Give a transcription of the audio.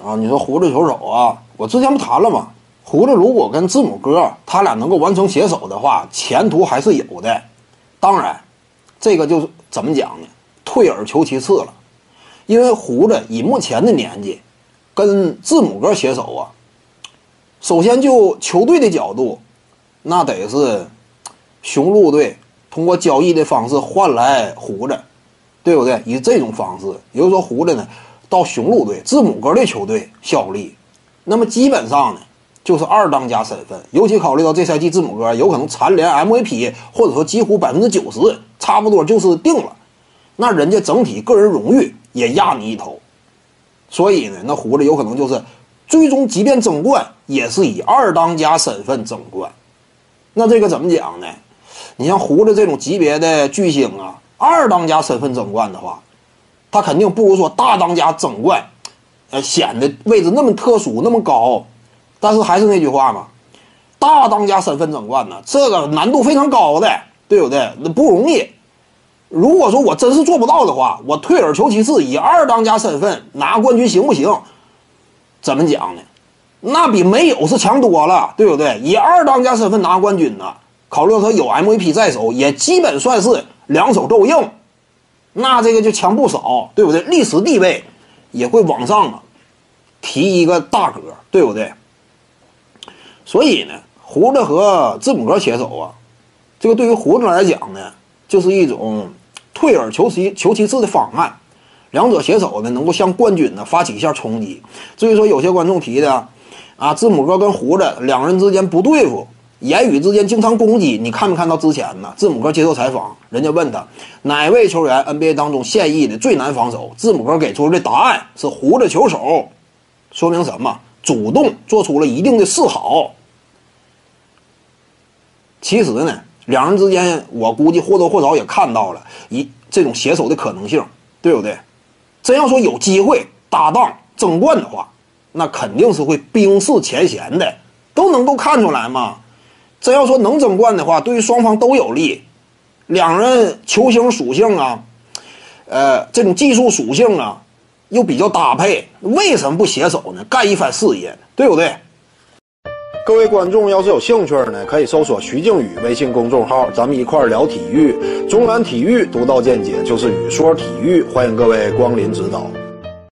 啊，你说胡子球手啊，我之前不谈了吗？胡子如果跟字母哥他俩能够完成携手的话，前途还是有的。当然，这个就是怎么讲呢？退而求其次了。因为胡子以目前的年纪，跟字母哥携手啊，首先就球队的角度，那得是雄鹿队通过交易的方式换来胡子，对不对？以这种方式，也就是说胡子呢到雄鹿队、字母哥的球队效力，那么基本上呢就是二当家身份。尤其考虑到这赛季字母哥有可能蝉联 MVP， 或者说几乎90%，差不多就是定了。那人家整体个人荣誉也压你一头，所以呢，那胡子有可能就是最终即便争冠，也是以二当家身份争冠。那这个怎么讲呢？你像胡子这种级别的巨星啊，二当家身份争冠的话，他肯定不如说大当家争冠，显得位置那么特殊那么高。但是还是那句话嘛，大当家身份争冠呢，这个难度非常高的，对不对？那不容易。如果说我真是做不到的话，我退而求其次，以二当家身份拿冠军行不行？怎么讲呢？那比没有是强多了，对不对？以二当家身份拿冠军呢，考虑到他有 MVP 在手，也基本算是两手够硬，那这个就强不少，对不对？历史地位也会往上啊，提一个大格，对不对？所以呢，胡子和字母哥携手啊，这个对于胡子来讲呢，就是一种退而求其次的方案。两者携手呢，能够向冠军呢发起一下冲击。至于说有些观众提的啊，字母哥跟胡子两人之间不对付，言语之间经常攻击，你看没看到之前呢？字母哥接受采访，人家问他哪位球员 NBA 当中现役的最难防守，字母哥给出的答案是胡子球手，说明什么？主动做出了一定的示好。其实呢，两人之间我估计或多或少也看到了这种携手的可能性，对不对？真要说有机会搭档争冠的话，那肯定是会冰释前嫌的，都能够看出来嘛。真要说能争冠的话，对于双方都有利。两人球星属性啊，这种技术属性啊，又比较搭配，为什么不携手呢？干一番事业呢，对不对？各位观众要是有兴趣呢，可以搜索徐静宇微信公众号，咱们一块聊体育。中南体育独到见解就是语说体育，欢迎各位光临指导。